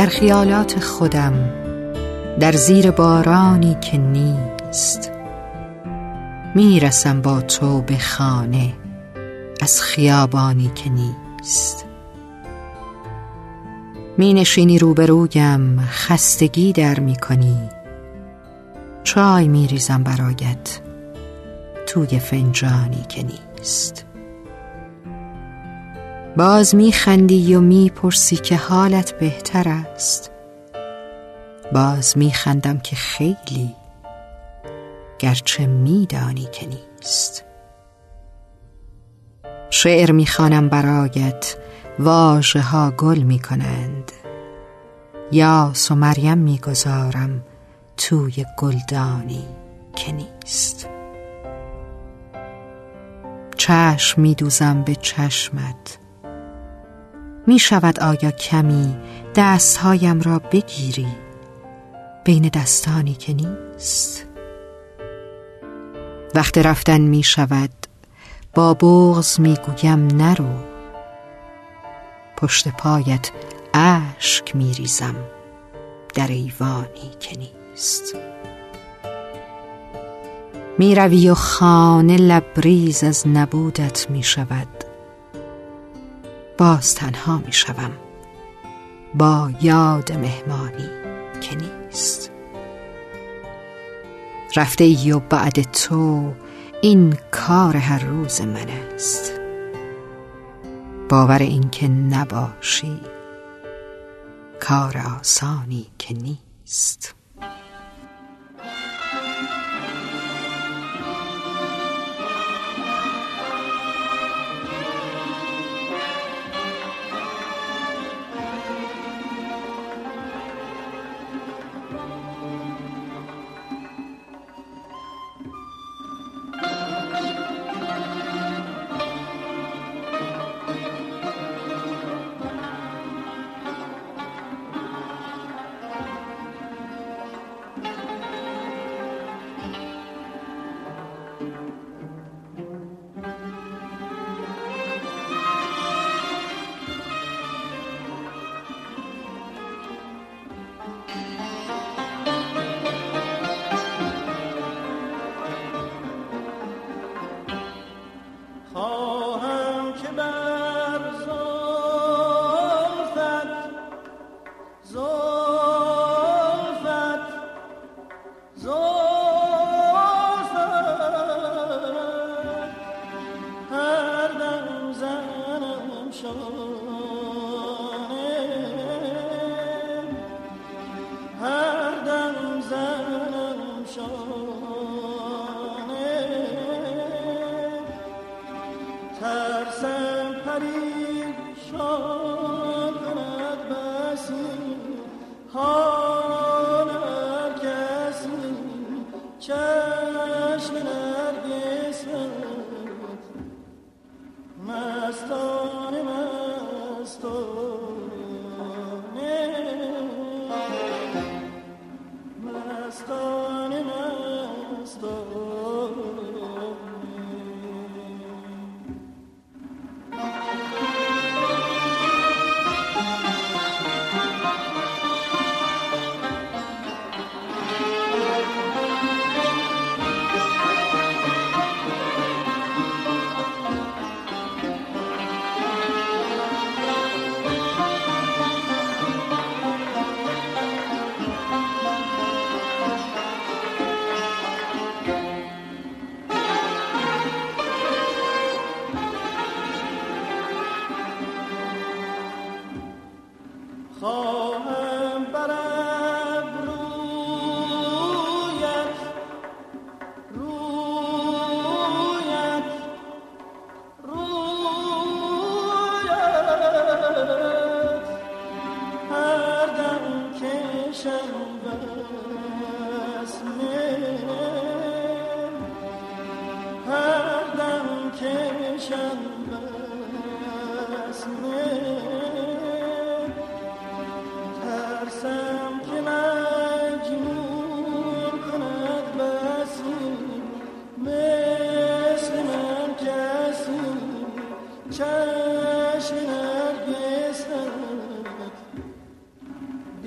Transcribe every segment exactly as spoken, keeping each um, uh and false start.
در خیالات خودم، در زیر بارانی که نیست، میرسم با تو به خانه از خیابانی که نیست. می نشینی روبرویم، خستگی در می کنی، چای می ریزم برایت توی فنجانی که نیست. باز می خندی و می پرسی که حالت بهتر است. باز می خندم که خیلی، گرچه می دانی که نیست. شعر می خوانم برایت، واژه ها گل می کنند، یاس و مریم می گذارم توی گلدانی که نیست. چشم می دوزم به چشمت، می شود آیا کمی دستهایم را بگیری بین دستانی که نیست؟ وقت رفتن می شود، با بغض می گویم نرو، پشت پایت اشک می ریزم در ایوانی که نیست. می روی و خانه لبریز از نبودت می شود، باز تنها می شوم با یاد مهمانی که نیست. رفته ای و بعد تو این کار هر روز من است، باور این که نباشی کار آسانی که نیست. ترسم پریشان کند بسی حال هر کسی، چشم نرگس مستانه مستانه مستانه مستانه. خواهم برم رویت رویت رویت هر دم که شب بسمه هر دم که شب بسمه ترسم که مجنون کند بسی مثل من کسی، چشم نرگست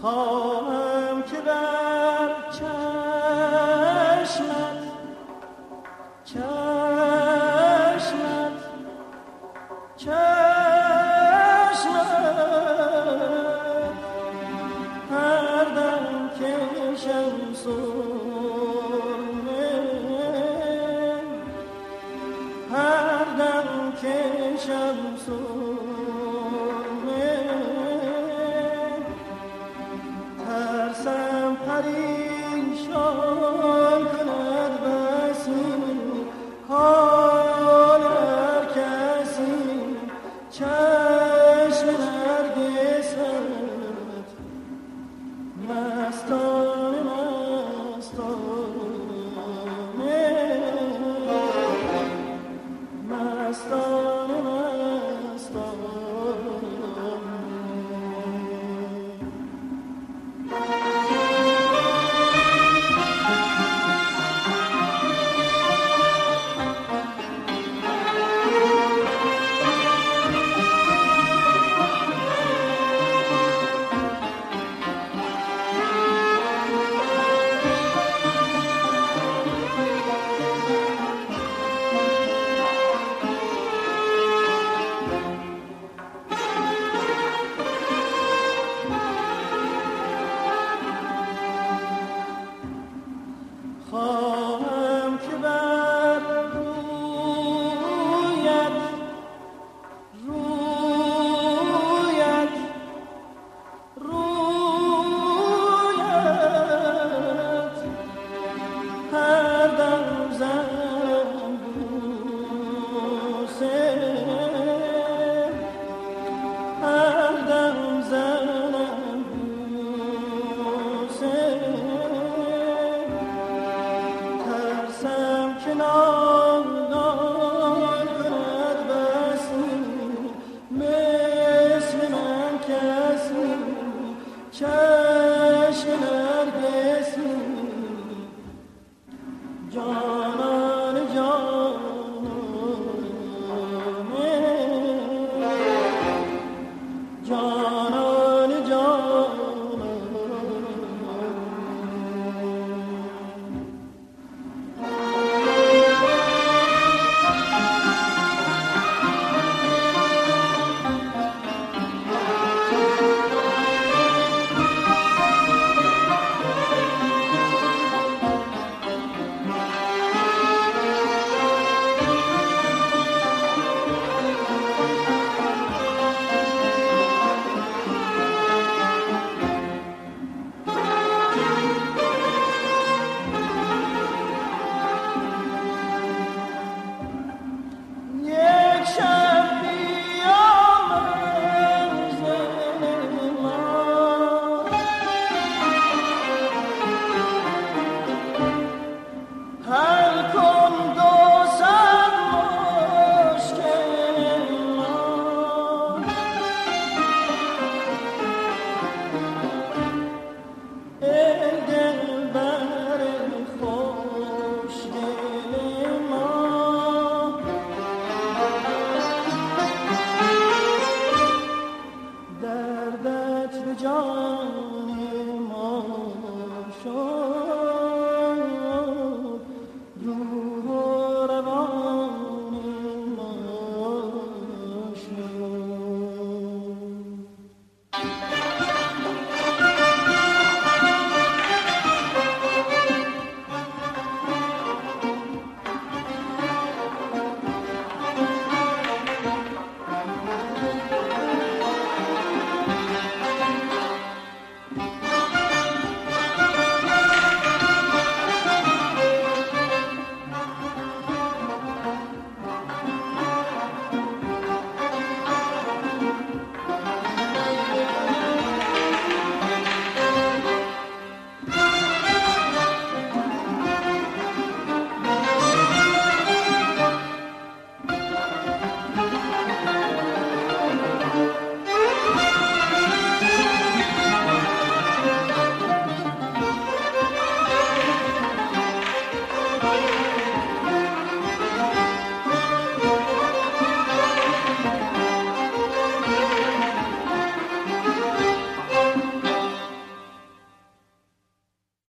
خواهم که بر چشمت چشمت چشمت هر دم کشم سرمه هر دم کشم سرمه ترسم پریشان کند بسی حال هر کسی چشم نرگست مستانه مستانه مستانه خواهم که بر رویت رویت رویت هر دم زنم بوسه هر دم زنم بوسه ترسم که نادان کند بسی مثل من کسی چشم نرگسی جانان جانانه جانان جانانه یک شب بیامرز ما حل کن دو صد مشکل ما ای دلبر خوشگل ما دردت به جان ما شد